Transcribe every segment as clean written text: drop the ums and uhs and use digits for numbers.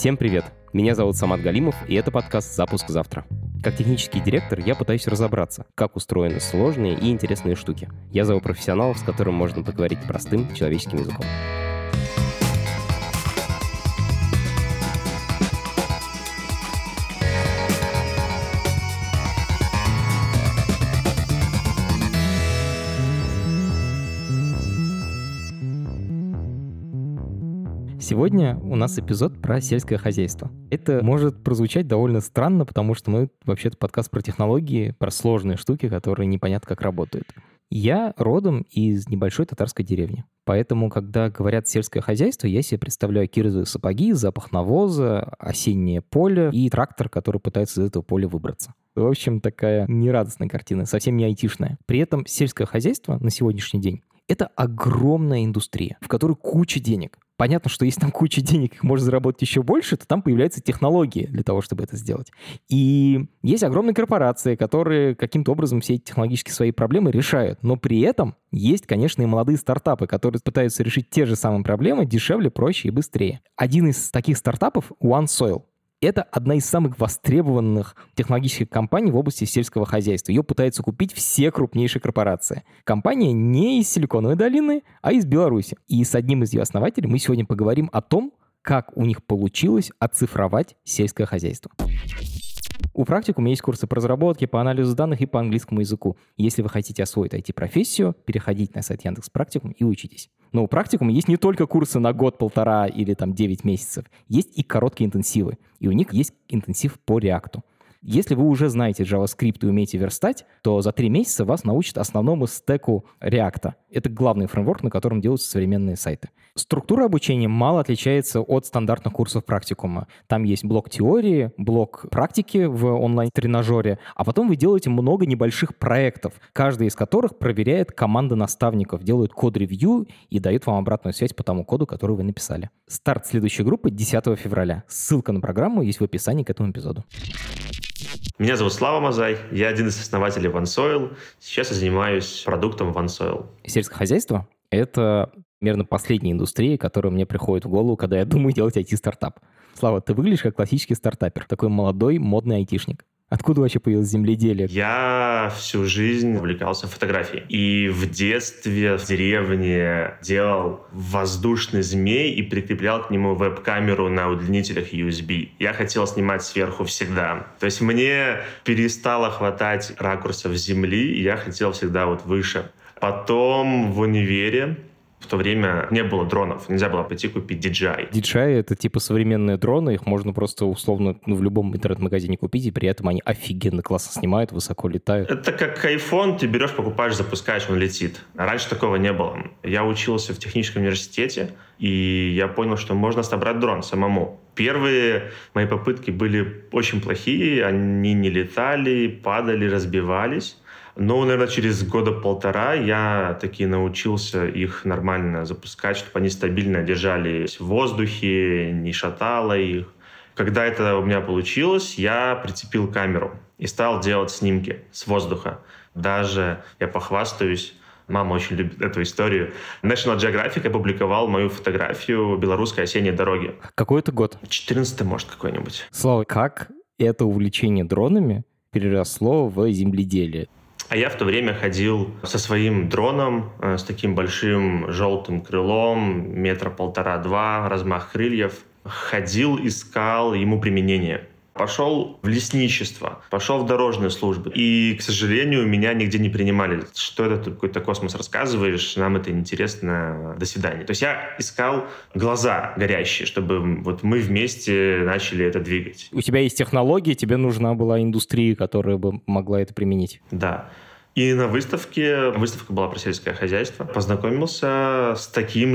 Всем привет! Меня зовут Самат Галимов, и это подкаст «Запуск завтра». Как технический директор я пытаюсь разобраться, как устроены сложные и интересные штуки. Я зову профессионалов, с которым можно поговорить простым человеческим языком. Сегодня у нас эпизод про сельское хозяйство. Это может прозвучать довольно странно, потому что мы вообще-то подкаст про технологии, про сложные штуки, которые непонятно как работают. Я родом из небольшой татарской деревни. Поэтому, когда говорят сельское хозяйство, я себе представляю кирзовые сапоги, запах навоза, осеннее поле и трактор, который пытается из этого поля выбраться. В общем, такая нерадостная картина, совсем не айтишная. При этом сельское хозяйство на сегодняшний день — это огромная индустрия, в которой куча денег. Понятно, что если там куча денег, их можно заработать еще больше, то там появляются технологии для того, чтобы это сделать. И есть огромные корпорации, которые каким-то образом все эти технологические свои проблемы решают. Но при этом есть, конечно, и молодые стартапы, которые пытаются решить те же самые проблемы дешевле, проще и быстрее. Один из таких стартапов — OneSoil. Это одна из самых востребованных технологических компаний в области сельского хозяйства. Ее пытаются купить все крупнейшие корпорации. Компания не из Силиконовой долины, а из Беларуси. И с одним из ее основателей мы сегодня поговорим о том, как у них получилось оцифровать сельское хозяйство. У практикума есть курсы по разработке, по анализу данных и по английскому языку. Если вы хотите освоить IT-профессию, переходите на сайт Яндекс.Практикум и учитесь. Но у практикума есть не только курсы на год, полтора или 9 месяцев. Есть и короткие интенсивы. И у них есть интенсив по React. Если вы уже знаете JavaScript и умеете верстать, то за 3 месяца вас научат основному стеку React. Это главный фреймворк, на котором делаются современные сайты. Структура обучения мало отличается от стандартных курсов практикума. Там есть блок теории, блок практики в онлайн-тренажере, а потом вы делаете много небольших проектов, каждый из которых проверяет команда наставников, делают код-ревью и дают вам обратную связь по тому коду, который вы написали. Старт следующей группы 10 февраля. Ссылка на программу есть в описании к этому эпизоду. Меня зовут Слава Мазай, я один из основателей OneSoil. Сейчас я занимаюсь продуктом OneSoil. Сельское хозяйство — это примерно последняя индустрия, которая мне приходит в голову, когда я думаю делать IT-стартап. Слава, ты выглядишь как классический стартапер, такой молодой, модный айтишник. Откуда вообще появилось земледелие? Я всю жизнь увлекался фотографией. И в детстве в деревне делал воздушный змей и прикреплял к нему веб-камеру на удлинителях USB. Я хотел снимать сверху всегда. То есть мне перестало хватать ракурсов земли, и я хотел всегда выше. Потом в универе в то время не было дронов, нельзя было пойти купить DJI. DJI — это типа современные дроны, их можно просто условно в любом интернет-магазине купить, и при этом они офигенно классно снимают, высоко летают. Это как iPhone, ты берешь, покупаешь, запускаешь, он летит. А раньше такого не было. Я учился в техническом университете, и я понял, что можно собрать дрон самому. Первые мои попытки были очень плохие, они не летали, падали, разбивались. Но, наверное, через года полтора я таки научился их нормально запускать, чтобы они стабильно держались в воздухе, не шатало их. Когда это у меня получилось, я прицепил камеру и стал делать снимки с воздуха. Даже, я похвастаюсь, мама очень любит эту историю, National Geographic опубликовал мою фотографию белорусской осенней дороги. Какой это год? 14-й, может, какой-нибудь. Слава, как это увлечение дронами переросло в земледелие? А я в то время ходил со своим дроном, с таким большим желтым крылом, 1,5-2 метра, размах крыльев. Ходил, искал ему применение. Пошел в лесничество, пошел в дорожные службы. И, к сожалению, меня нигде не принимали. Что это, ты какой-то космос рассказываешь, нам это неинтересно, до свидания. То есть я искал глаза горящие, чтобы мы вместе начали это двигать. У тебя есть технологии, тебе нужна была индустрия, которая бы могла это применить. Да. И на выставка была про сельское хозяйство, познакомился с таким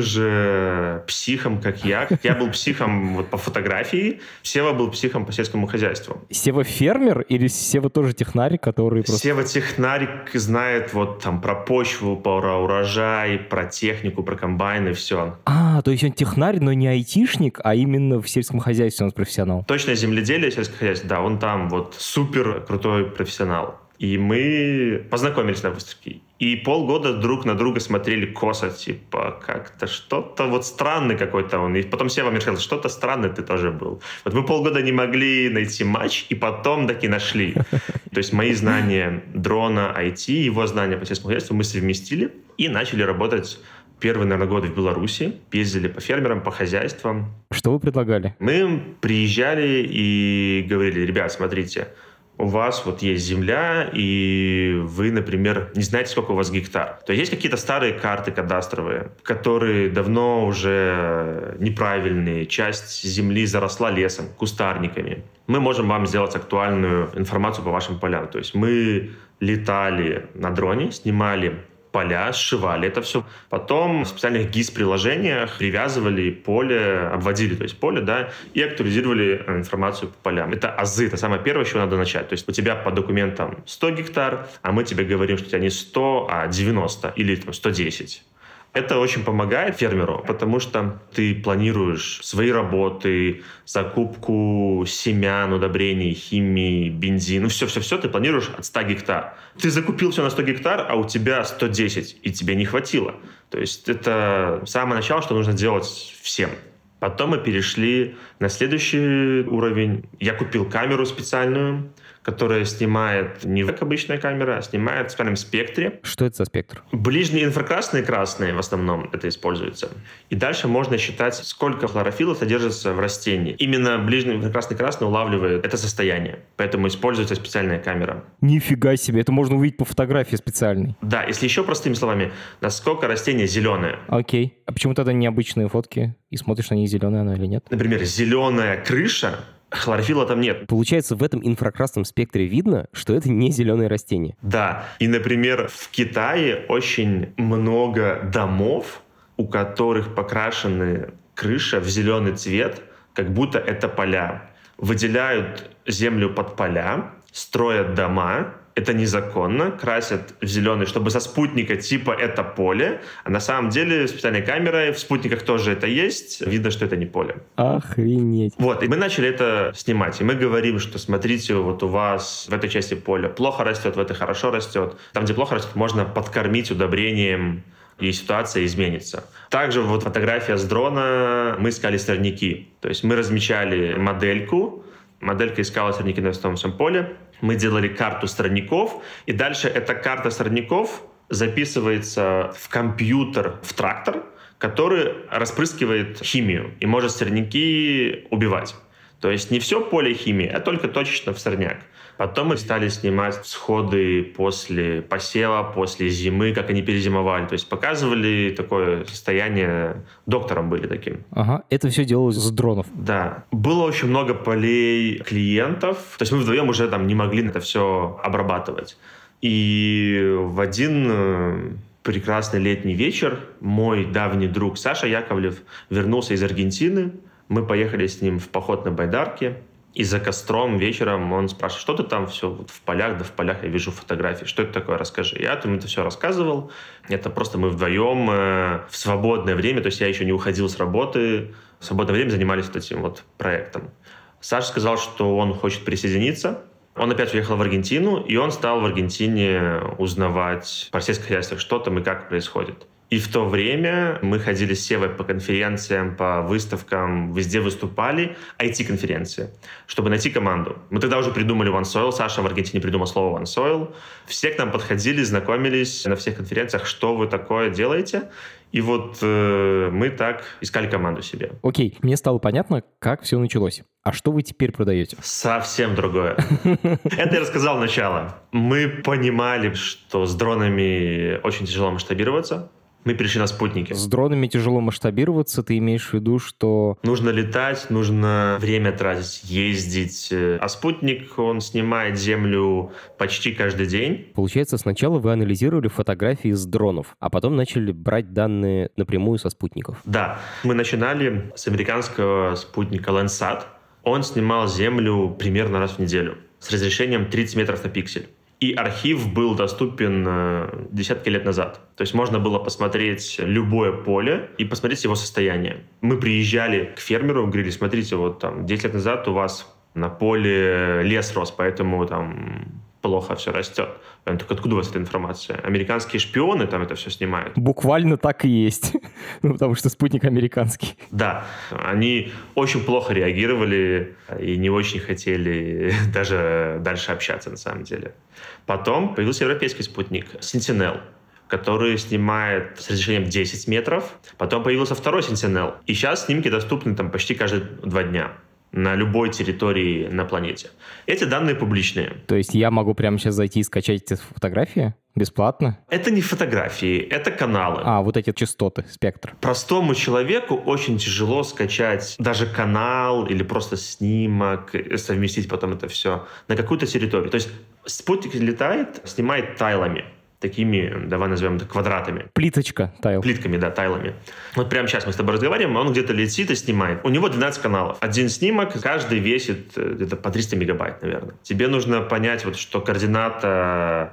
же психом, как я. Я был психом по фотографии, Сева был психом по сельскому хозяйству. Сева фермер или Сева тоже технарь, который просто... Сева технарь знает про почву, про урожай, про технику, про комбайны, все. То есть он технарь, но не айтишник, а именно в сельском хозяйстве он профессионал. Точное земледелие, сельское хозяйство, да, он там супер крутой профессионал. И мы познакомились на выставке. И полгода друг на друга смотрели косо, типа, как-то что-то вот странный какой-то он. И потом Сева мне сказал, что-то странный ты тоже был. Вот мы полгода не могли найти матч, и потом таки нашли. То есть мои знания дрона, IT, его знания по сельскому хозяйству мы совместили и начали работать первый, наверное, год в Беларуси. Ездили по фермерам, по хозяйствам. Что вы предлагали? Мы им приезжали и говорили: ребят, смотрите, у вас вот есть земля, и вы, например, не знаете, сколько у вас гектар. То есть какие-то старые карты кадастровые, которые давно уже неправильные, часть земли заросла лесом, кустарниками. Мы можем вам сделать актуальную информацию по вашим полям. То есть мы летали на дроне, снимали поля, сшивали это все. Потом в специальных GIS-приложениях привязывали поле, обводили, то есть поле, да, и актуализировали информацию по полям. Это азы, это самое первое, с чего надо начать. То есть у тебя по документам 100 гектар, а мы тебе говорим, что у тебя не 100, а 90 или там, 110. Это очень помогает фермеру, потому что ты планируешь свои работы, закупку семян, удобрений, химии, бензина. Все ты планируешь от 100 гектар. Ты закупил все на 100 гектар, а у тебя 110, и тебе не хватило. То есть это самое начало, что нужно делать всем. Потом мы перешли на следующий уровень. Я купил камеру специальную, которая снимает не как обычная камера, а снимает в специальном спектре. Что это за спектр? Ближние инфракрасные и красные в основном это используется. И дальше можно считать, сколько хлорофилла содержится в растении. Именно ближний инфракрасный и красный улавливает это состояние. Поэтому используется специальная камера. Нифига себе, это можно увидеть по фотографии специальной. Да, если еще простыми словами, насколько растение зеленое. Окей. А почему тогда необычные фотки? И смотришь, на них зеленая она или нет? Например, зеленая крыша, хлорофилла там нет. Получается, в этом инфракрасном спектре видно, что это не зеленое растение. Да. И, например, в Китае очень много домов, у которых покрашены крыша в зеленый цвет, как будто это поля. Выделяют землю под поля, строят дома. Это незаконно, красят в зеленый, чтобы со спутника типа это поле, а на самом деле специальной камерой в спутниках тоже это есть, видно, что это не поле. Охренеть. Вот, и мы начали это снимать, и мы говорим, что смотрите, вот у вас в этой части поля плохо растет, в этой хорошо растет. Там, где плохо растет, можно подкормить удобрением, и ситуация изменится. Также вот фотография с дрона, мы искали сорняки, то есть мы размечали модельку, моделька искала сорняки на том всем поле. Мы делали карту сорняков, и дальше эта карта сорняков записывается в компьютер, в трактор, который распрыскивает химию и может сорняки убивать. То есть не все поле химии, а только точечно в сорняк. Потом мы стали снимать всходы после посева, после зимы, как они перезимовали. То есть показывали такое состояние, доктором были таким. Ага, это все делалось с дронов. Да. Было очень много полей клиентов. То есть мы вдвоем уже там не могли это все обрабатывать. И в один прекрасный летний вечер мой давний друг Саша Яковлев вернулся из Аргентины. Мы поехали с ним в поход на байдарке. И за костром вечером он спрашивает, что ты там все вот в полях, да в полях я вижу фотографии, что это такое, расскажи. Я ему это все рассказывал. Это просто мы вдвоем в свободное время, то есть я еще не уходил с работы, в свободное время занимались вот этим вот проектом. Саша сказал, что он хочет присоединиться. Он опять уехал в Аргентину, и он стал в Аргентине узнавать про сельское хозяйство, что там и как происходит. И в то время мы ходили с Севой по конференциям, по выставкам, везде выступали, IT-конференции, чтобы найти команду. Мы тогда уже придумали OneSoil, Саша в Аргентине придумал слово OneSoil. Все к нам подходили, знакомились на всех конференциях, что вы такое делаете. И вот мы так искали команду себе. Окей, мне стало понятно, как все началось. А что вы теперь продаете? Совсем другое. Это я рассказал сначала. Мы понимали, что с дронами очень тяжело масштабироваться. Мы перешли на спутники. С дронами тяжело масштабироваться, ты имеешь в виду, что... Нужно летать, нужно время тратить, ездить. А спутник, он снимает Землю почти каждый день. Получается, сначала вы анализировали фотографии с дронов, а потом начали брать данные напрямую со спутников. Да. Мы начинали с американского спутника Landsat. Он снимал Землю примерно раз в неделю с разрешением 30 метров на пиксель. И архив был доступен десятки лет назад. То есть можно было посмотреть любое поле и посмотреть его состояние. Мы приезжали к фермеру, говорили, смотрите, вот там 10 лет назад у вас на поле лес рос, поэтому там плохо все растет. Он такой, откуда у вас эта информация? Американские шпионы там это все снимают. Буквально так и есть. Ну, потому что спутник американский. Да, они очень плохо реагировали и не очень хотели даже дальше общаться, на самом деле. Потом появился европейский спутник Sentinel, который снимает с разрешением 10 метров. Потом появился второй Sentinel. И сейчас снимки доступны там почти каждые 2 дня на любой территории на планете. Эти данные публичные. То есть я могу прямо сейчас зайти и скачать эти фотографии бесплатно? Это не фотографии, это каналы. Вот эти частоты, спектр. Простому человеку очень тяжело скачать даже канал или просто снимок, совместить потом это все на какую-то территорию. То есть спутник летает, снимает тайлами. Такими, давай назовем это квадратами. Плиточка, тайл. Плитками, да, тайлами. Вот прямо сейчас мы с тобой разговариваем, он где-то летит и снимает. У него 12 каналов. Один снимок, каждый весит где-то по 300 мегабайт, наверное. Тебе нужно понять, вот, что координата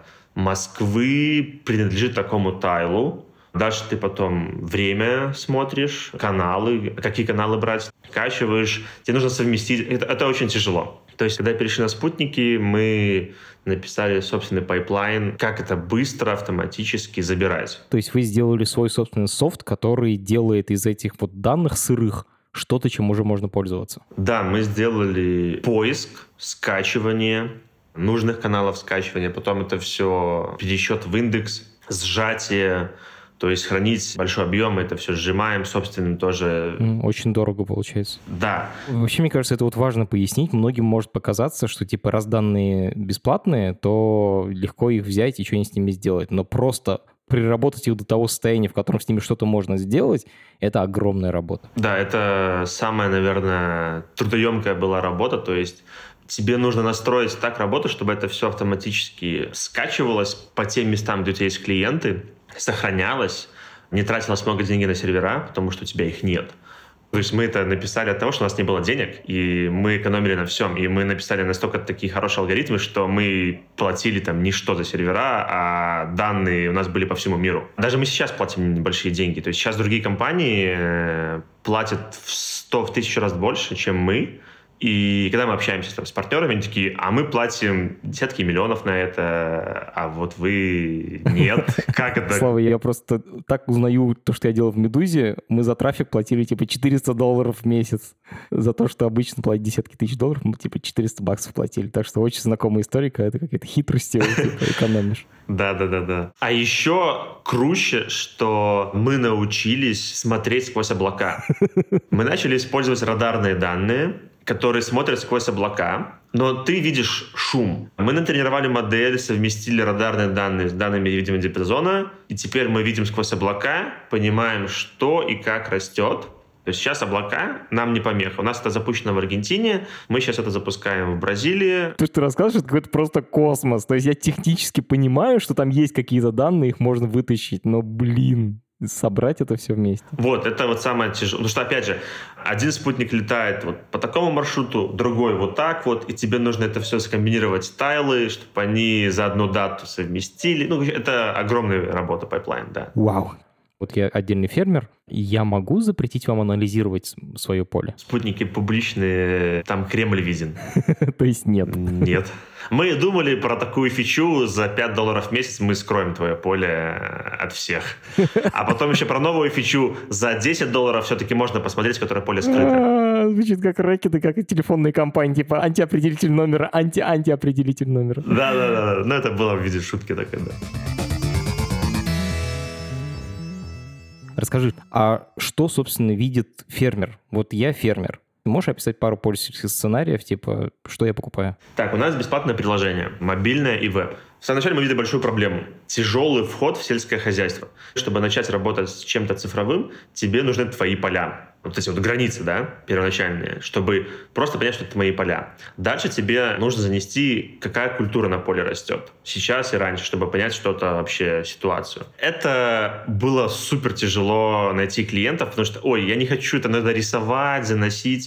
Москвы принадлежит такому тайлу. Дальше ты потом время смотришь, каналы, какие каналы брать, качиваешь. Тебе нужно совместить. Это очень тяжело. То есть, когда перешли на спутники, мы написали собственный пайплайн, как это быстро, автоматически забирать. То есть вы сделали свой собственный софт, который делает из этих вот данных сырых что-то, чем уже можно пользоваться. Да, мы сделали поиск, скачивание нужных каналов скачивания, потом это все пересчет в индекс, сжатие. То есть хранить большой объем, это все сжимаем, собственным тоже. Очень дорого получается. Да. Вообще, мне кажется, это вот важно пояснить. Многим может показаться, что типа раз данные бесплатные, то легко их взять и что-нибудь с ними сделать. Но просто приработать их до того состояния, в котором с ними что-то можно сделать, это огромная работа. Да, это самая, наверное, трудоемкая была работа. То есть тебе нужно настроить так работу, чтобы это все автоматически скачивалось по тем местам, где у тебя есть клиенты, сохранялось, не тратилось много денег на сервера, потому что у тебя их нет. То есть мы это написали от того, что у нас не было денег, и мы экономили на всем. И мы написали настолько такие хорошие алгоритмы, что мы платили там ничто за сервера, а данные у нас были по всему миру. Даже мы сейчас платим небольшие деньги. То есть сейчас другие компании платят в 100, в 1000 раз больше, чем мы. И когда мы общаемся там с партнерами, они такие, а мы платим десятки миллионов на это, а вот вы нет. Как это? Слава, я просто так узнаю то, что я делал в «Медузе». Мы за трафик платили типа $400 в месяц. За то, что обычно платят десятки тысяч долларов, мы типа $400 платили. Так что очень знакомая история, когда ты какие-то хитрости типа, экономишь. Да. А еще круче, что мы научились смотреть сквозь облака. Мы начали использовать радарные данные, которые смотрят сквозь облака, но ты видишь шум. Мы натренировали модель, совместили радарные данные с данными видимого диапазона, и теперь мы видим сквозь облака, понимаем, что и как растет. То есть сейчас облака нам не помеха. У нас это запущено в Аргентине, мы сейчас это запускаем в Бразилии. То, что ты рассказываешь, это какой-то просто космос. То есть я технически понимаю, что там есть какие-то данные, их можно вытащить, но, собрать это все вместе. Вот, это вот самое тяжелое. Потому что, опять же, один спутник летает вот по такому маршруту, другой вот так вот, и тебе нужно это все скомбинировать в тайлы, чтобы они за одну дату совместили. Ну, это огромная работа, пайплайн, да. Вау. Вот я отдельный фермер, я могу запретить вам анализировать свое поле? Спутники публичные, там Кремль виден. То есть нет? Нет. Мы думали про такую фичу, за $5 в месяц мы скроем твое поле от всех. А потом еще про новую фичу, за $10 все-таки можно посмотреть, которое поле скрыто. Звучит как рэкеты, как и телефонные компании, типа антиопределитель номера, антиопределитель номера. Да. Ну, это было в виде шутки такой, да. Расскажи, а что, собственно, видит фермер? Вот я фермер. Можешь описать пару пользовательских сценариев, типа, что я покупаю? Так, у нас бесплатное приложение, мобильное и веб. В самом начале мы видели большую проблему. Тяжелый вход в сельское хозяйство. Чтобы начать работать с чем-то цифровым, тебе нужны твои поля. Вот эти вот границы, да, первоначальные, чтобы просто понять, что это мои поля. Дальше тебе нужно занести, какая культура на поле растет. Сейчас и раньше, чтобы понять что-то вообще, ситуацию. Это было супер тяжело найти клиентов, потому что, я не хочу это, надо рисовать, заносить.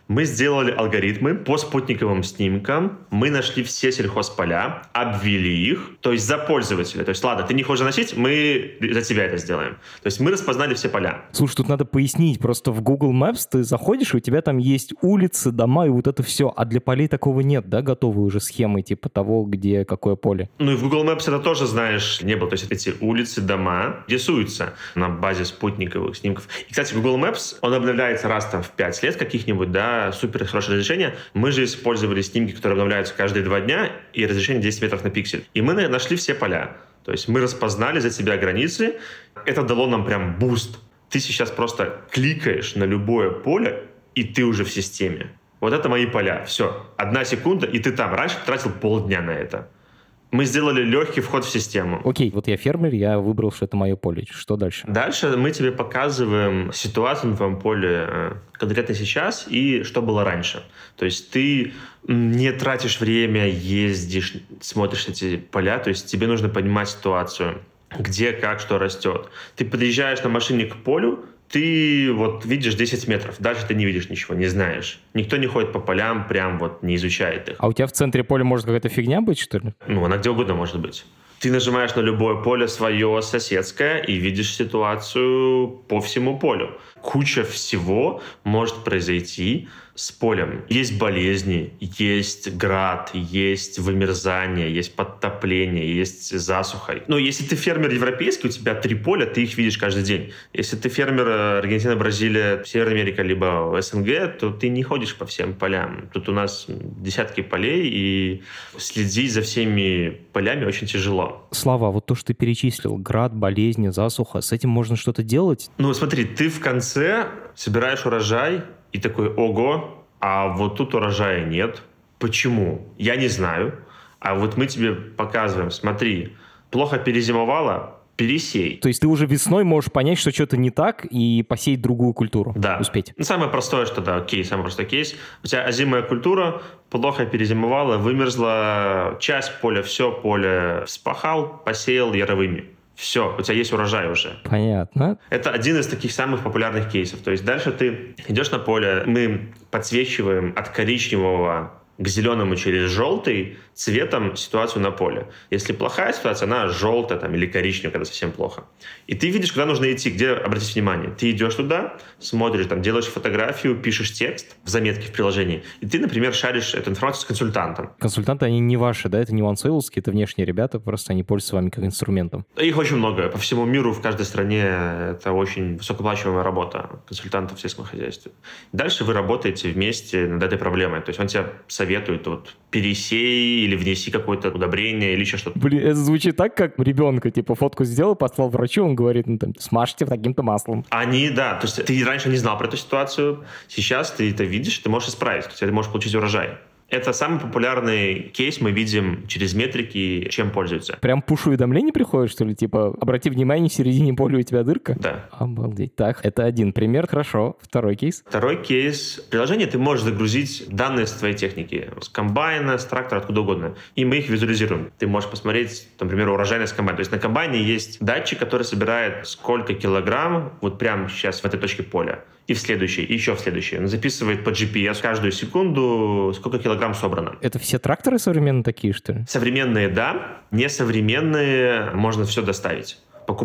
Мы сделали алгоритмы по спутниковым снимкам, мы нашли все сельхозполя, обвели их, то есть за пользователя. То есть, ладно, ты не хочешь заносить, мы за тебя это сделаем. То есть мы распознали все поля. Слушай, тут надо пояснить, просто в Google Maps ты заходишь, и у тебя там есть улицы, дома и вот это все, а для полей такого нет, да, готовые уже схемы типа того, где какое поле? Ну и в Google Maps это тоже, знаешь, не было. То есть эти улицы, дома рисуются на базе спутниковых снимков. И, кстати, Google Maps, он обновляется раз там в 5 лет каких-нибудь, да, супер хорошее разрешение. Мы же использовали снимки, которые обновляются каждые 2 дня, и разрешение 10 метров на пиксель. И мы нашли все поля. То есть мы распознали за себя границы. Это дало нам прям буст. Ты сейчас просто кликаешь на любое поле, и ты уже в системе. Вот это мои поля. Все. 1 секунда, и ты там. Раньше ты тратил полдня на это. Мы сделали легкий вход в систему. Окей, вот я фермер, я выбрал, что это мое поле. Что дальше? Дальше мы тебе показываем ситуацию на твоем поле конкретно сейчас и что было раньше. То есть ты не тратишь время, ездишь, смотришь эти поля, то есть тебе нужно понимать ситуацию, где, как, что растет. Ты подъезжаешь на машине к полю, ты вот видишь 10 метров, дальше ты не видишь ничего, не знаешь. Никто не ходит по полям, прям вот не изучает их. А у тебя в центре поля может какая-то фигня быть, что ли? Ну, она где угодно может быть. Ты нажимаешь на любое поле свое соседское и видишь ситуацию по всему полю. Куча всего может произойти с полем. Есть болезни, есть град, есть вымерзание, есть подтопление, есть засуха. Ну, если ты фермер европейский, у тебя 3 поля, ты их видишь каждый день. Если ты фермер Аргентина, Бразилия, Северная Америка, либо СНГ, то ты не ходишь по всем полям. Тут у нас десятки полей, и следить за всеми полями очень тяжело. Слава, вот то, что ты перечислил, град, болезни, засуха, с этим можно что-то делать? Ну, смотри, ты в конце собираешь урожай и такой, ого, а вот тут урожая нет. Почему? Я не знаю. А вот мы тебе показываем, смотри, плохо перезимовало, пересей. То есть ты уже весной можешь понять, что что-то не так, и посеять другую культуру. Да. Успеть. Ну, самое простое, что да, окей, самый простой кейс. У тебя озимая культура, плохо перезимовала, вымерзла, часть поля, все поле вспахал, посеял яровыми. Все, у тебя есть урожай уже. Понятно. Это один из таких самых популярных кейсов. То есть дальше ты идешь на поле, мы подсвечиваем от коричневого к зеленому через желтый цветом ситуацию на поле. Если плохая ситуация, она желтая там, или коричневая, когда совсем плохо. И ты видишь, куда нужно идти, где обратить внимание. Ты идешь туда, смотришь, там, делаешь фотографию, пишешь текст в заметке в приложении, и ты, например, шаришь эту информацию с консультантом. Консультанты, они не ваши, да? Это не OneSales'ские, это внешние ребята, просто они пользуются вами как инструментом. Их очень много. По всему миру, в каждой стране это очень высокооплачиваемая работа консультантов в сельском хозяйстве. Дальше вы работаете вместе над этой проблемой. То есть он тебе советует вот, пересей или внеси какое-то удобрение или еще что-то. Блин, это звучит так, как ребенка, типа фотку сделал, послал врачу, он говорит, ну там, смажьте таким-то маслом. Они, да, то есть ты раньше не знал про эту ситуацию, сейчас ты это видишь, ты можешь исправить, ты можешь получить урожай. Это самый популярный кейс мы видим через метрики, чем пользуются. Прям пуш-уведомление приходит, что ли? Типа, обрати внимание, в середине поля у тебя дырка? Да. Обалдеть. Так, это один пример, хорошо. Второй кейс. Второй кейс. В приложение ты можешь загрузить данные с твоей техники. С комбайна, с трактора, откуда угодно. И мы их визуализируем. Ты можешь посмотреть, например, урожайность комбайна. То есть на комбайне есть датчик, который собирает сколько килограмм вот прямо сейчас в этой точке поля. И в следующей, и еще в следующей. Он записывает по GPS каждую секунду, сколько килограмм собрано. Это все тракторы современные такие, что ли? Современные, да. Несовременные можно все доставить.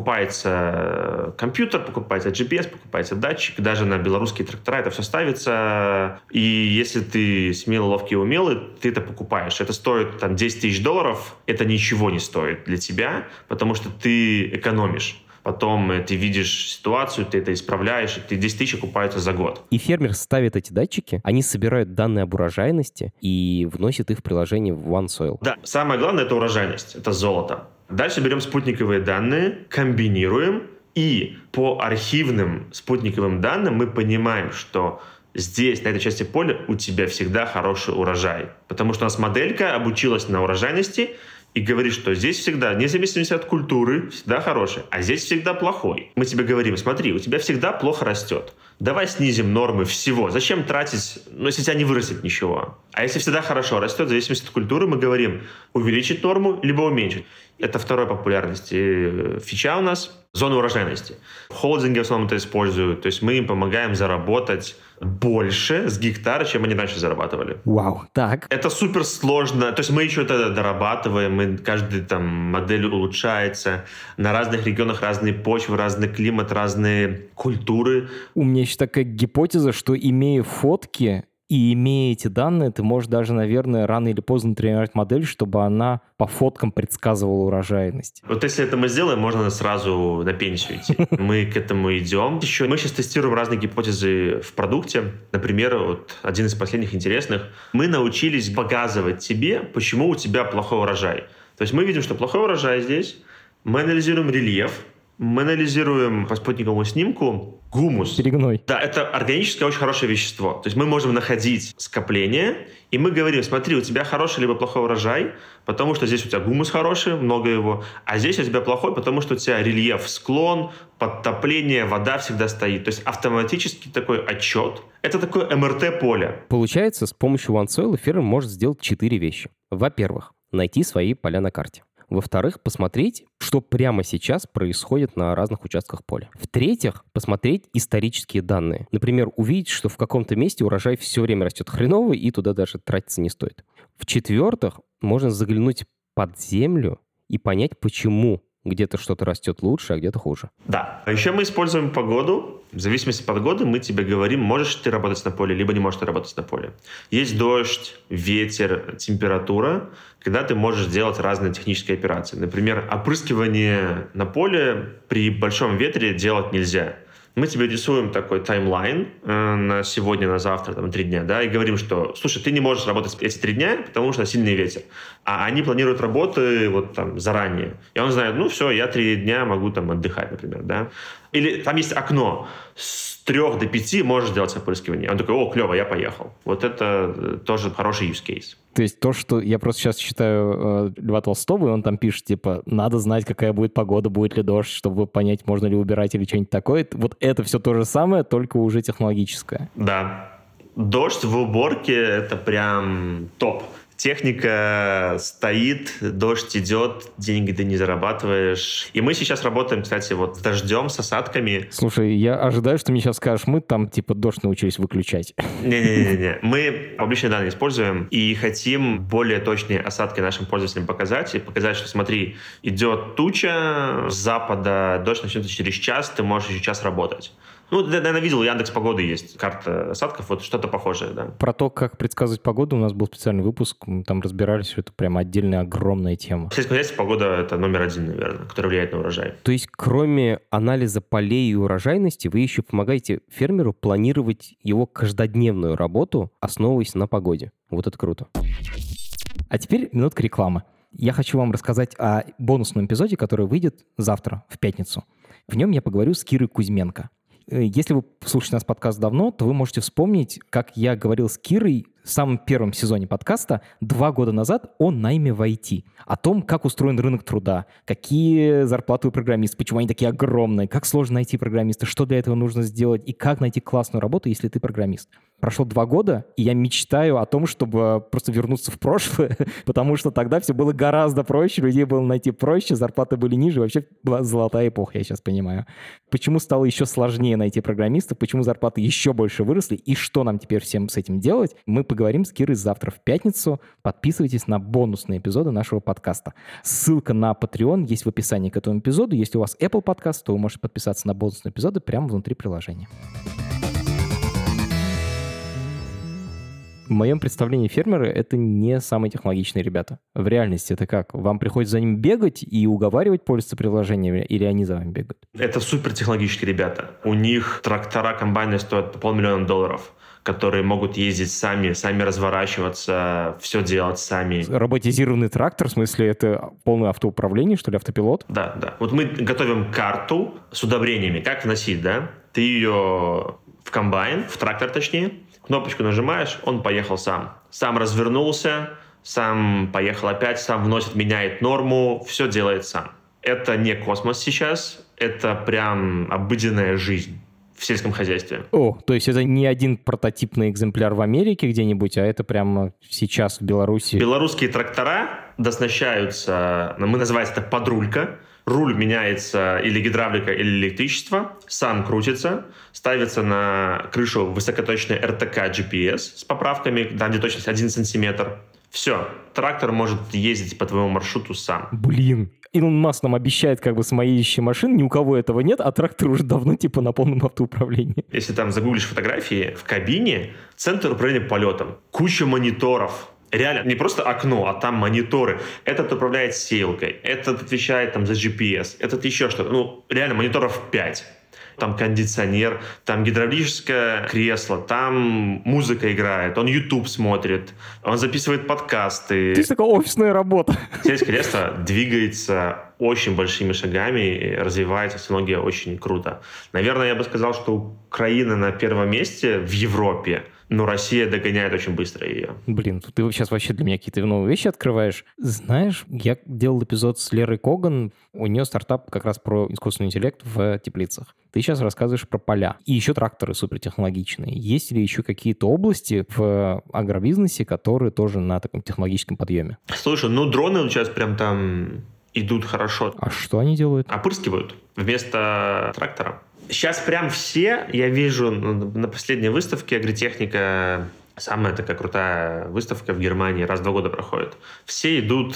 Покупается компьютер, покупается GPS, покупается датчик. Даже на белорусские трактора это все ставится. И если ты смелый, ловкий и умелый, ты это покупаешь. Это стоит там, $10 тысяч. Это ничего не стоит для тебя, потому что ты экономишь. Потом ты видишь ситуацию, ты это исправляешь, и ты 10 тысяч окупаются за год. И фермер ставит эти датчики, они собирают данные об урожайности и вносят их в приложение в OneSoil. Да, самое главное — это урожайность, это золото. Дальше берем спутниковые данные, комбинируем, и по архивным спутниковым данным мы понимаем, что здесь, на этой части поля, у тебя всегда хороший урожай. Потому что у нас моделька обучилась на урожайности, и говорит, что здесь всегда, вне зависимости от культуры, всегда хороший, а здесь всегда плохой. Мы тебе говорим, смотри, у тебя всегда плохо растет. Давай снизим нормы всего. Зачем тратить, если у тебя не вырастет ничего? А если всегда хорошо растет, в зависимости от культуры, мы говорим, увеличить норму, либо уменьшить. Это второй популярности фича у нас. Зона урожайности. В холдинге в основном это используют. То есть мы им помогаем заработать больше с гектара, чем они раньше зарабатывали. Вау, так. Это супер сложно. То есть мы еще это дорабатываем, каждая там модель улучшается. На разных регионах разные почвы, разный климат, разные культуры. У меня еще такая гипотеза, что имея фотки и имея эти данные, ты можешь даже, наверное, рано или поздно тренировать модель, чтобы она по фоткам предсказывала урожайность. Вот если это мы сделаем, можно сразу на пенсию идти. Мы к этому идем. Еще мы сейчас тестируем разные гипотезы в продукте. Например, вот один из последних интересных. Мы научились показывать тебе, почему у тебя плохой урожай. То есть мы видим, что плохой урожай здесь. Мы анализируем рельеф. Мы анализируем по спутниковому снимку гумус. Перегной. Да, это органическое очень хорошее вещество. То есть мы можем находить скопление, и мы говорим, смотри, у тебя хороший либо плохой урожай, потому что здесь у тебя гумус хороший, много его, а здесь у тебя плохой, потому что у тебя рельеф, склон, подтопление, вода всегда стоит. То есть автоматически такой отчет. Это такое МРТ-поле. Получается, с помощью OneSoil фермер может сделать 4 вещи. Во-первых, найти свои поля на карте. Во-вторых, посмотреть, что прямо сейчас происходит на разных участках поля. В-третьих, посмотреть исторические данные. Например, увидеть, что в каком-то месте урожай все время растет хреново, и туда даже тратиться не стоит. В-четвертых, можно заглянуть под землю и понять, почему где-то что-то растет лучше, а где-то хуже. Да. А еще мы используем погоду. В зависимости от погоды мы тебе говорим, можешь ты работать на поле, либо не можешь ты работать на поле. Есть дождь, ветер, температура, когда ты можешь делать разные технические операции. Например, опрыскивание на поле при большом ветре делать нельзя. Мы тебе рисуем такой таймлайн на сегодня, на завтра, там, 3 дня, да, и говорим, что, слушай, ты не можешь работать эти 3 дня, потому что сильный ветер. А они планируют работы вот там заранее. И он знает, ну все, я 3 дня могу там отдыхать, например, да. Или там есть окно, с 3 до 5 можешь делать опрыскивание. Он такой, о, клево, я поехал. Вот это тоже хороший use case. То есть то, что я просто сейчас читаю Льва Толстого, и он там пишет, типа, надо знать, какая будет погода, будет ли дождь, чтобы понять, можно ли убирать или что-нибудь такое. Вот это все то же самое, только уже технологическое. Да. Дождь в уборке — это прям топ. Техника стоит, дождь идет, деньги ты не зарабатываешь. И мы сейчас работаем, кстати, вот с дождем, с осадками. Слушай, я ожидаю, что мне сейчас скажешь, мы там типа дождь научились выключать. Не-не-не. Мы публичные данные используем и хотим более точные осадки нашим пользователям показать. И показать, что смотри, идет туча с запада, дождь начнется через час, ты можешь еще час работать. Ну, ты, наверное, видел, у Яндекс.Погоды есть карта осадков, вот что-то похожее, да. Про то, как предсказывать погоду, у нас был специальный выпуск, мы там разбирались, что это прям отдельная огромная тема. В сельском хозяйстве погода — это номер 1, наверное, который влияет на урожай. То есть, кроме анализа полей и урожайности, вы еще помогаете фермеру планировать его каждодневную работу, основываясь на погоде. Вот это круто. А теперь минутка рекламы. Я хочу вам рассказать о бонусном эпизоде, который выйдет завтра, в пятницу. В нем я поговорю с Кирой Кузьменко. Если вы слушаете нас подкаст давно, то вы можете вспомнить, как я говорил с Кирой в самом первом сезоне подкаста 2 года назад о найме в IT, о том, как устроен рынок труда, какие зарплаты у программистов, почему они такие огромные, как сложно найти программиста, что для этого нужно сделать и как найти классную работу, если ты программист. Прошло 2 года, и я мечтаю о том, чтобы просто вернуться в прошлое, потому что тогда все было гораздо проще, людей было найти проще, зарплаты были ниже, вообще была золотая эпоха, я сейчас понимаю. Почему стало еще сложнее найти программистов, почему зарплаты еще больше выросли, и что нам теперь всем с этим делать, мы поговорим с Кирой завтра в пятницу. Подписывайтесь на бонусные эпизоды нашего подкаста. Ссылка на Patreon есть в описании к этому эпизоду. Если у вас Apple подкаст, то вы можете подписаться на бонусные эпизоды прямо внутри приложения. В моем представлении фермеры — это не самые технологичные ребята. В реальности это как? Вам приходится за ним бегать и уговаривать пользоваться приложением, или они за вами бегают? Это супертехнологические ребята. У них трактора, комбайны стоят по $500 000, которые могут ездить сами разворачиваться, все делать сами. Роботизированный трактор, в смысле, это полное автоуправление, что ли, автопилот? Да. Вот мы готовим карту с удобрениями. Как вносить, да? Ты ее в комбайн, в трактор точнее, кнопочку нажимаешь, он поехал сам. Сам развернулся, сам поехал опять, сам вносит, меняет норму, все делает сам. Это не космос сейчас, это прям обыденная жизнь в сельском хозяйстве. О, то есть это не один прототипный экземпляр в Америке где-нибудь, а это прямо сейчас в Беларуси. Белорусские трактора доснащаются, мы называем это подрулька. руль меняется или гидравлика, или электричество, сам крутится, ставится на крышу высокоточный РТК GPS с поправками, там где точность 1 сантиметр. Все, трактор может ездить по твоему маршруту сам. Блин, Илон Маск нам обещает как бы самоездящие машины, ни у кого этого нет, а трактор уже давно типа на полном автоуправлении. Если там загуглишь фотографии, в кабине центр управления полетом, куча мониторов. Реально, не просто окно, а там мониторы. Этот управляет сеялкой, этот отвечает там за GPS, этот еще что-то. Ну, реально, мониторов 5. Там кондиционер, там гидравлическое кресло, там музыка играет, он YouTube смотрит, он записывает подкасты. То есть такая офисная работа. Сельское хозяйство двигается очень большими шагами, и развивается технология очень круто. Наверное, я бы сказал, что Украина на первом месте в Европе, но Россия догоняет очень быстро ее. Блин, ты сейчас вообще для меня какие-то новые вещи открываешь. Знаешь, я делал эпизод с Лерой Коган, у нее стартап как раз про искусственный интеллект в теплицах. Ты сейчас рассказываешь про поля. И еще тракторы супертехнологичные. Есть ли еще какие-то области в агробизнесе, которые тоже на таком технологическом подъеме? Слушай, ну дроны сейчас прям там идут хорошо. А что они делают? Опрыскивают вместо трактора. Сейчас прям все, я вижу на последней выставке «Агротехника», самая такая крутая выставка в Германии, раз в 2 года проходит. Все идут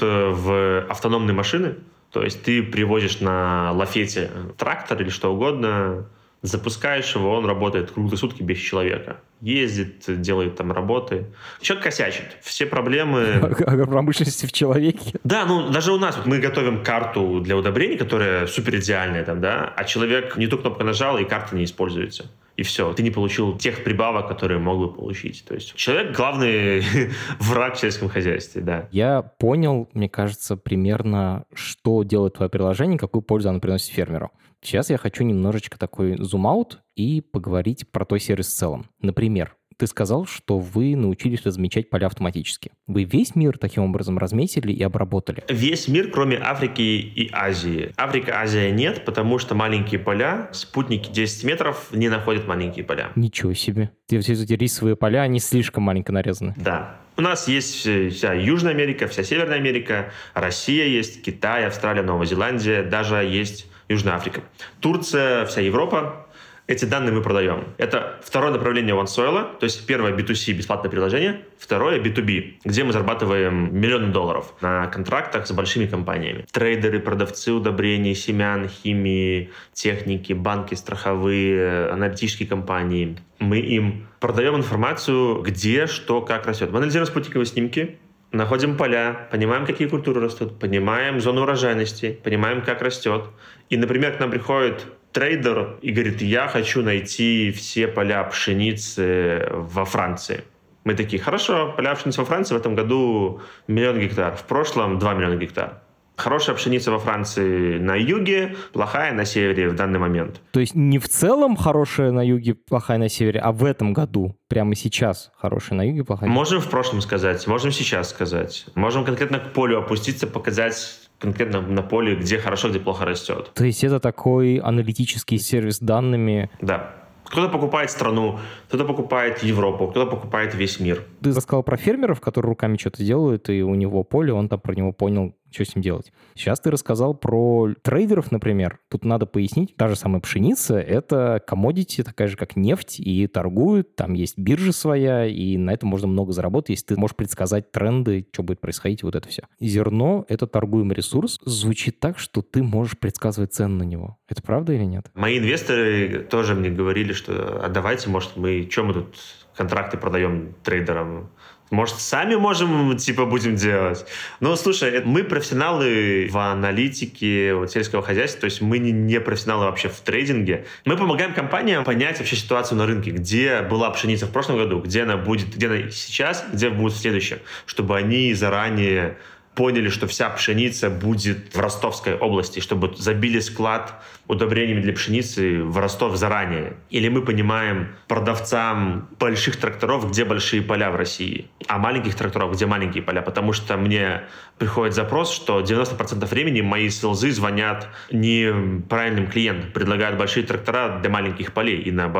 в автономные машины, то есть ты привозишь на лафете трактор или что угодно, запускаешь его, он работает круглые сутки без человека. Ездит, делает там работы. Человек косячит. Все проблемы... Агропромышленности в человеке. Да, ну даже у нас мы готовим карту для удобрений, которая супер идеальная там, да, а человек не ту кнопку нажал, и карта не используется. И все, ты не получил тех прибавок, которые мог бы получить. То есть человек — главный враг в сельском хозяйстве, да. Я понял, мне кажется, примерно, что делает твое приложение, какую пользу оно приносит фермеру. Сейчас я хочу немножечко такой зум-аут и поговорить про твой сервис в целом. Например, ты сказал, что вы научились размечать поля автоматически. Вы весь мир таким образом разметили и обработали? Весь мир, кроме Африки и Азии. Африка, Азия нет, потому что маленькие поля, спутники 10 метров не находят маленькие поля. Ничего себе. Все эти рисовые поля, они слишком маленько нарезаны. Да. У нас есть вся Южная Америка, вся Северная Америка, Россия есть, Китай, Австралия, Новая Зеландия, даже есть Южная Африка. Турция, вся Европа. Эти данные мы продаем. Это второе направление OneSoil, то есть первое B2C бесплатное приложение, второе B2B, где мы зарабатываем миллионы долларов на контрактах с большими компаниями. Трейдеры, продавцы удобрений, семян, химии, техники, банки страховые, аналитические компании. Мы им продаем информацию, где, что, как растет. Мы анализируем спутниковые снимки, находим поля, понимаем, какие культуры растут, понимаем зону урожайности, понимаем, как растет. И, например, к нам приходит трейдер и говорит: я хочу найти все поля пшеницы во Франции. Мы такие: хорошо, поля пшеницы во Франции в этом году 1 миллион гектар, в прошлом 2 миллиона гектар. Хорошая пшеница во Франции на юге, плохая на севере в данный момент. То есть не в целом хорошая на юге, плохая на севере, а в этом году, прямо сейчас хорошая на юге, плохая на севере? Можем в прошлом сказать, можем сейчас сказать. Можем конкретно к полю опуститься, показать конкретно на поле, где хорошо, где плохо растет. То есть это такой аналитический сервис данными? Да. Кто-то покупает страну, кто-то покупает Европу, кто-то покупает весь мир. Ты рассказал про фермеров, которые руками что-то делают, и у него поле, он там про него понял, что с ним делать. Сейчас ты рассказал про трейдеров, например. Тут надо пояснить, та же самая пшеница — это commodity, такая же, как нефть, и торгуют, там есть биржа своя, и на этом можно много заработать, если ты можешь предсказать тренды, что будет происходить, вот это все. Зерно — это торгуемый ресурс. Звучит так, что ты можешь предсказывать цену на него. Это правда или нет? Мои инвесторы тоже мне говорили, что а давайте, может, мы тут контракты продаем трейдерам? Может, сами можем, будем делать? Ну, слушай, мы профессионалы в аналитике сельского хозяйства, то есть мы не профессионалы вообще в трейдинге. Мы помогаем компаниям понять вообще ситуацию на рынке, где была пшеница в прошлом году, где она будет, где она сейчас, где будет в следующем, чтобы они заранее поняли, что вся пшеница будет в Ростовской области, чтобы забили склад удобрениями для пшеницы в Ростов заранее. Или мы понимаем продавцам больших тракторов, где большие поля в России, а маленьких тракторов, где маленькие поля. Потому что мне приходит запрос, что 90% времени мои селзы звонят неправильным клиентам, предлагают большие трактора для маленьких полей и наоборот.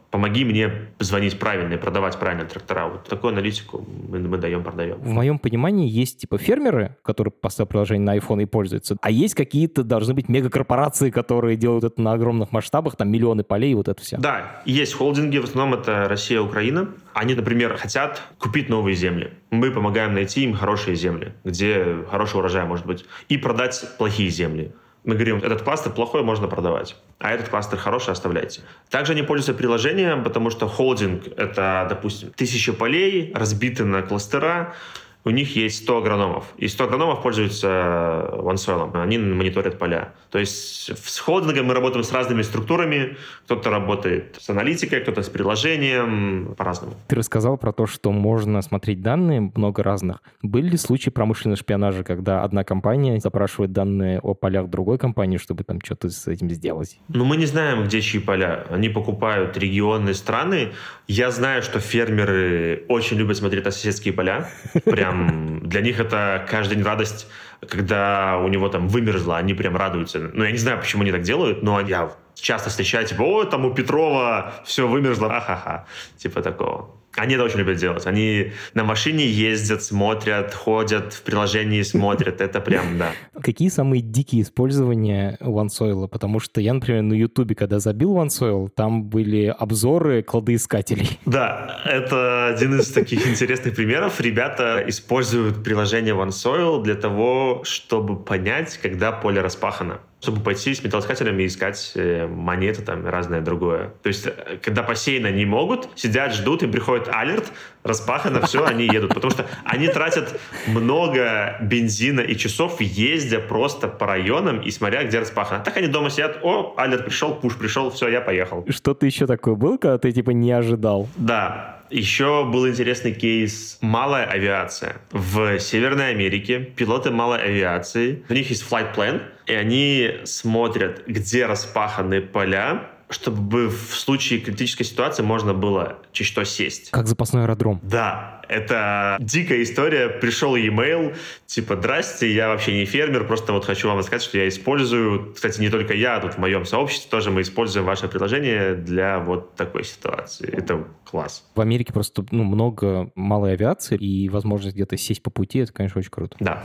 помоги мне звонить правильно и продавать правильно трактора. Вот такую аналитику мы даем, продаем. В моем понимании есть типа фермеры, которые поставят приложение на iPhone и пользуются, а есть какие-то, должны быть мегакорпорации, которые делают это на огромных масштабах, там миллионы полей и вот это все. Да, есть холдинги, в основном это Россия, Украина. Они, например, хотят купить новые земли. Мы помогаем найти им хорошие земли, где хороший урожай может быть, и продать плохие земли. Мы говорим, этот кластер плохой, можно продавать, а этот кластер хороший, оставляйте. Также они пользуются приложением, потому что холдинг — это, допустим, 1000 полей, разбиты на кластера, у них есть 100 агрономов, и 100 агрономов пользуются OneSoil, они мониторят поля. То есть с холдингом мы работаем с разными структурами, кто-то работает с аналитикой, кто-то с приложением, по-разному. Ты рассказал про то, что можно смотреть данные, много разных. Были ли случаи промышленного шпионажа, когда одна компания запрашивает данные о полях другой компании, чтобы там что-то с этим сделать? Ну, мы не знаем, где чьи поля. Они покупают регионы, страны. Я знаю, что фермеры очень любят смотреть на соседские поля. Прям для них это каждый день радость, когда у него там вымерзло, они прям радуются. Ну, я не знаю, почему они так делают, но я часто встречаю, типа, о, там у Петрова все вымерзло, ахаха, типа такого. Они это очень любят делать. Они на машине ездят, смотрят, ходят, в приложении смотрят. Это прям, да. Какие самые дикие использования OneSoil? Потому что я, например, на Ютубе, когда забил OneSoil, там были обзоры кладоискателей. Да, это один из таких интересных примеров. Ребята используют приложение OneSoil для того, чтобы понять, когда поле распахано. Чтобы пойти с металлоискателями и искать монеты там и разное другое. То есть, когда посеяно не могут, сидят, ждут, им приходит алерт, распахано, все, они едут. Потому что они тратят много бензина и часов, ездя просто по районам и смотря, где распахано. Так они дома сидят, о, алерт пришел, пуш пришел, все, я поехал. Что-то еще такое было, когда ты типа не ожидал? Да. Еще был интересный кейс малая авиация. В Северной Америке пилоты малой авиации, у них есть flight plan, и они смотрят, где распаханы поля, чтобы в случае критической ситуации можно было чуть что сесть. Как запасной аэродром. Да, это дикая история. Пришел e-mail, типа, здрасте, я вообще не фермер, просто вот хочу вам рассказать, что я использую, кстати, не только я, тут в моем сообществе тоже мы используем ваше приложение для вот такой ситуации. Это класс. В Америке просто много малой авиации, и возможность где-то сесть по пути, это, конечно, очень круто. Да.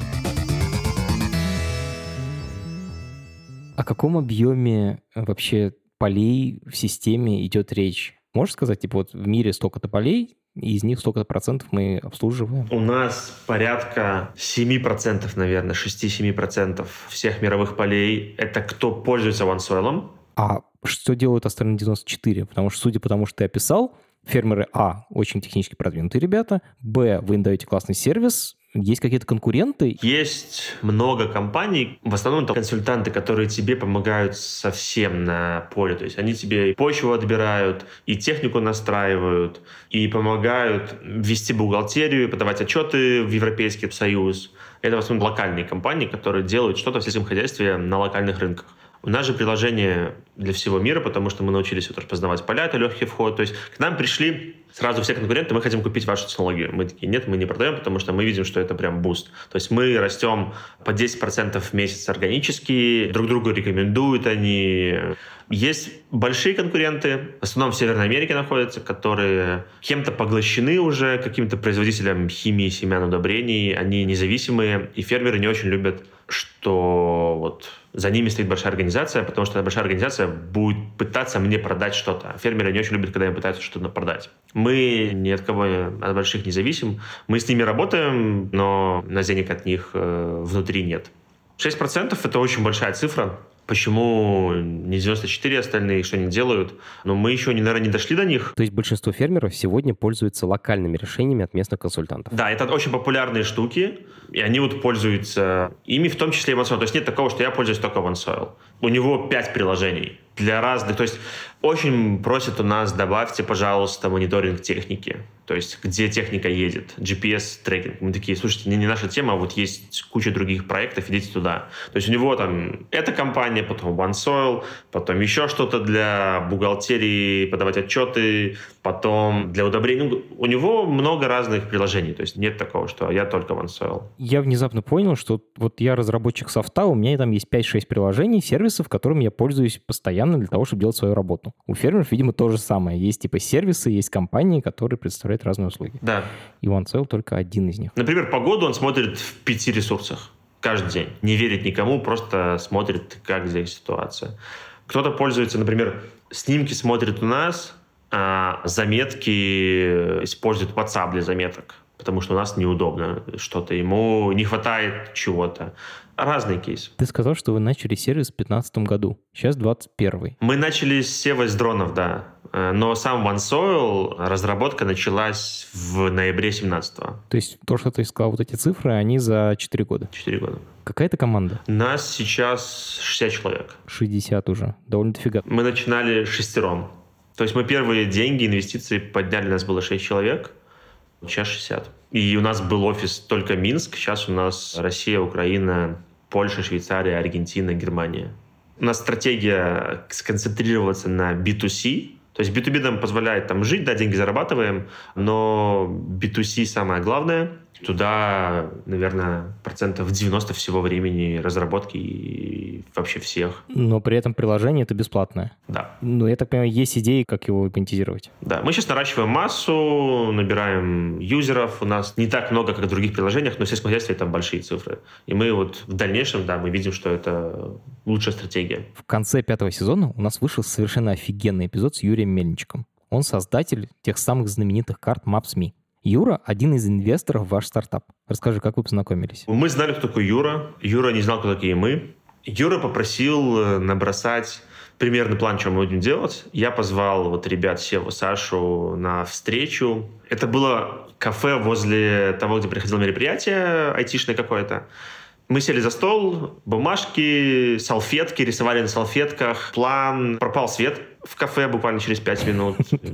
О каком объеме вообще полей в системе идет речь? Можешь сказать, типа вот в мире столько-то полей, и из них столько-то процентов мы обслуживаем? У нас порядка 7%, наверное, 6-7% всех мировых полей. Это кто пользуется OneSoil. А что делают остальные 94? Потому что, судя по тому, что ты описал, фермеры, очень технически продвинутые ребята, вы им даете классный сервис, есть какие-то конкуренты? Есть много компаний, в основном это консультанты, которые тебе помогают совсем на поле. То есть они тебе и почву отбирают, и технику настраивают, и помогают вести бухгалтерию, подавать отчеты в Европейский Союз. Это в основном локальные компании, которые делают что-то в сельском хозяйстве на локальных рынках. У нас же приложение для всего мира, потому что мы научились распознавать поля, это легкий вход. То есть к нам пришли сразу все конкуренты, мы хотим купить вашу технологию. Мы такие, нет, мы не продаем, потому что мы видим, что это прям буст. То есть мы растем по 10% в месяц органически, друг другу рекомендуют они. Есть большие конкуренты, в основном в Северной Америке находятся, которые кем-то поглощены уже, каким-то производителем химии, семян, удобрений. Они независимые, и фермеры не очень любят, что вот за ними стоит большая организация, потому что эта большая организация будет пытаться мне продать что-то. Фермеры не очень любят, когда им пытаются что-то продать. Мы ни от кого от больших не зависим. Мы с ними работаем, но на денег от них внутри нет. 6% — это очень большая цифра. Почему не 94 остальные, что они делают? Но мы еще, наверное, не дошли до них. То есть большинство фермеров сегодня пользуются локальными решениями от местных консультантов? Да, это очень популярные штуки, и они вот пользуются ими, в том числе и OneSoil. То есть нет такого, что я пользуюсь только OneSoil. У него 5 приложений для разных. То есть очень просят у нас, добавьте, пожалуйста, мониторинг техники. То есть где техника едет, GPS-трекинг. Мы такие, слушайте, не наша тема, вот есть куча других проектов, идите туда. То есть у него там эта компания, потом OneSoil, потом еще что-то для бухгалтерии, подавать отчеты, Потом для удобрения... У него много разных приложений, то есть нет такого, что я только OneSoil. Я внезапно понял, что вот я разработчик софта, у меня там есть 5-6 приложений, сервисов, которыми я пользуюсь постоянно для того, чтобы делать свою работу. У фермеров, видимо, то же самое. Есть типа сервисы, есть компании, которые представляют разные услуги. Да. И OneSoil только один из них. Например, погоду он смотрит в 5 ресурсах каждый день. Не верит никому, просто смотрит, как здесь ситуация. Кто-то пользуется, например, снимки смотрит у нас, а заметки использует WhatsApp для заметок, потому что у нас неудобно что-то, ему не хватает чего-то. Разные кейсы. Ты сказал, что вы начали сервис в 2015 году, сейчас 2021. Мы начали с SEO с дронов, да. Но сам OneSoil, разработка началась в ноябре 2017. То есть то, что ты сказал, вот эти цифры, они за 4 года? 4 года. Какая это команда? Нас сейчас 60 человек. 60 уже. Довольно дофига. Мы начинали шестером. То есть мы первые деньги, инвестиции подняли, у нас было 6 человек, сейчас 60. И у нас был офис только Минск, сейчас у нас Россия, Украина, Польша, Швейцария, Аргентина, Германия. У нас стратегия сконцентрироваться на B2C. То есть B2B нам позволяет там жить, да, деньги зарабатываем, но B2C самое главное. Туда, наверное, 90% всего времени разработки и вообще всех. Но при этом приложение это бесплатное. Да. Ну, я так понимаю, есть идеи, как его монетизировать. Да, мы сейчас наращиваем массу, набираем юзеров. У нас не так много, как в других приложениях, но в сельском хозяйстве там большие цифры. И мы вот в дальнейшем, да, мы видим, что это лучшая стратегия. В конце 5-го сезона у нас вышел совершенно офигенный эпизод с Юрием Мельничиком. Он создатель тех самых знаменитых карт Maps.me. Юра — один из инвесторов в ваш стартап. Расскажи, как вы познакомились? Мы знали, кто такой Юра. Юра не знал, кто такие мы. Юра попросил набросать примерный план, что мы будем делать. Я позвал вот ребят Севу, Сашу на встречу. Это было кафе возле того, где проходило мероприятие айтишное какое-то. Мы сели за стол, бумажки, салфетки, рисовали на салфетках план. Пропал свет в кафе буквально через 5 минут.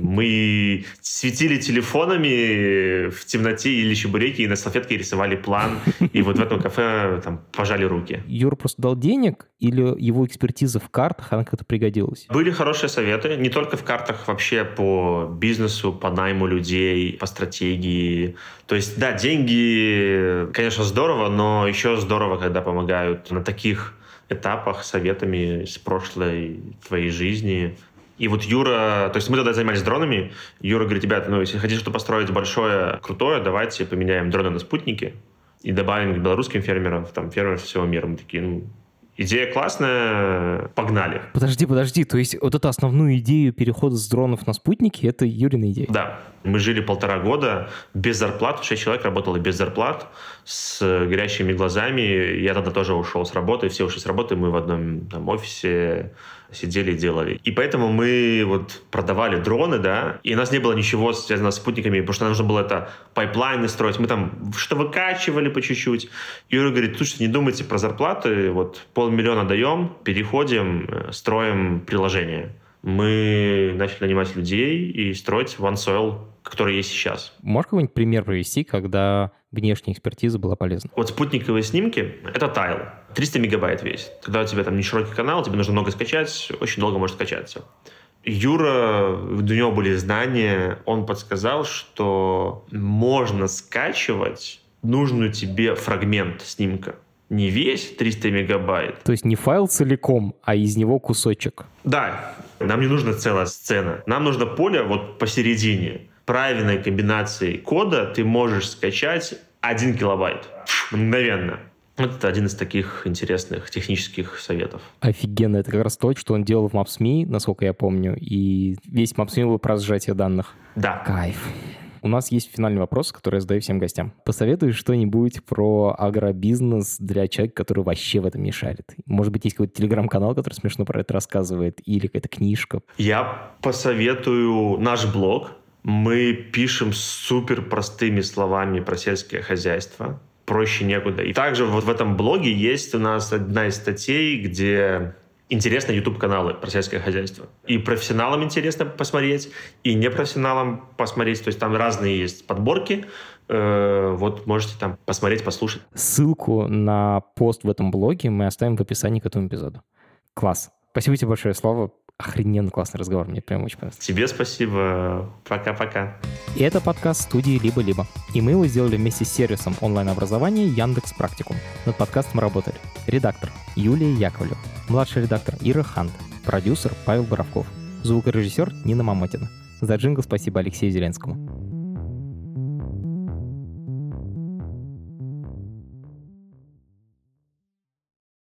Мы светили телефонами в темноте или чебуреки, и на салфетке рисовали план. И вот в этом кафе там пожали руки. Юра просто дал денег или его экспертиза в картах, она как-то пригодилась? Были хорошие советы, не только в картах, вообще по бизнесу, по найму людей, по стратегии. То есть, да, деньги, конечно, здорово, но еще здорово, когда помогают на таких этапах советами из прошлой твоей жизни. И вот Юра, то есть мы тогда занимались дронами, Юра говорит: ребята, ну если хотите что построить большое, крутое, давайте поменяем дроны на спутники и добавим к белорусским фермерам, там, фермерам всего мира. Мы такие, ну, идея классная, погнали. Подожди, то есть вот эту основную идею перехода с дронов на спутники — это Юрина идея? Да. Мы жили 1,5 года без зарплат, 6 человек работало без зарплат, с горящими глазами. Я тогда тоже ушел с работы, все ушли с работы, мы в одном там офисе сидели и делали. И поэтому мы вот продавали дроны, да, и у нас не было ничего связанного с спутниками, потому что нужно было это пайплайны строить. Мы там что выкачивали по чуть-чуть. Юра говорит: слушайте, не думайте про зарплаты, вот 500 000 даем, переходим, строим приложение. Мы начали нанимать людей и строить OneSoil, который есть сейчас. Можешь какой-нибудь пример привести, когда внешняя экспертиза была полезна? Вот спутниковые снимки — это тайл. 300 мегабайт весит. Когда у тебя там не широкий канал, тебе нужно много скачать, очень долго может скачаться. Юра, у него были знания, он подсказал, что можно скачивать нужную тебе фрагмент снимка. Не весь 300 мегабайт. То есть не файл целиком, а из него кусочек. Да, нам не нужна целая сцена. Нам нужно поле вот посередине. Правильной комбинацией кода ты можешь скачать 1 килобайт. Мгновенно. Вот это один из таких интересных технических советов. Офигенно. Это как раз то, что он делал в Maps.me, насколько я помню. И весь Maps.me был про сжатие данных. Да. Кайф. У нас есть финальный вопрос, который я задаю всем гостям. Посоветуй что-нибудь про агробизнес для человека, который вообще в этом не шарит. Может быть, есть какой-то телеграм-канал, который смешно про это рассказывает, или какая-то книжка. Я посоветую наш блог. Мы пишем супер простыми словами про сельское хозяйство. Проще некуда. И также вот в этом блоге есть у нас одна из статей, где интересны YouTube-каналы про сельское хозяйство. И профессионалам интересно посмотреть, и непрофессионалам посмотреть. То есть там разные есть подборки. Вот можете там посмотреть, послушать. Ссылку на пост в этом блоге мы оставим в описании к этому эпизоду. Класс. Спасибо тебе большое, Слава. охрененно классный разговор, мне прям очень понравился. Тебе спасибо. Пока-пока. И это подкаст студии «Либо-либо». И мы его сделали вместе с сервисом онлайн-образования Яндекс.Практикум. Над подкастом работали редактор Юлия Яковлева, младший редактор Ира Хант, продюсер Павел Боровков, звукорежиссер Нина Мамотина. За джингл спасибо Алексею Зеленскому.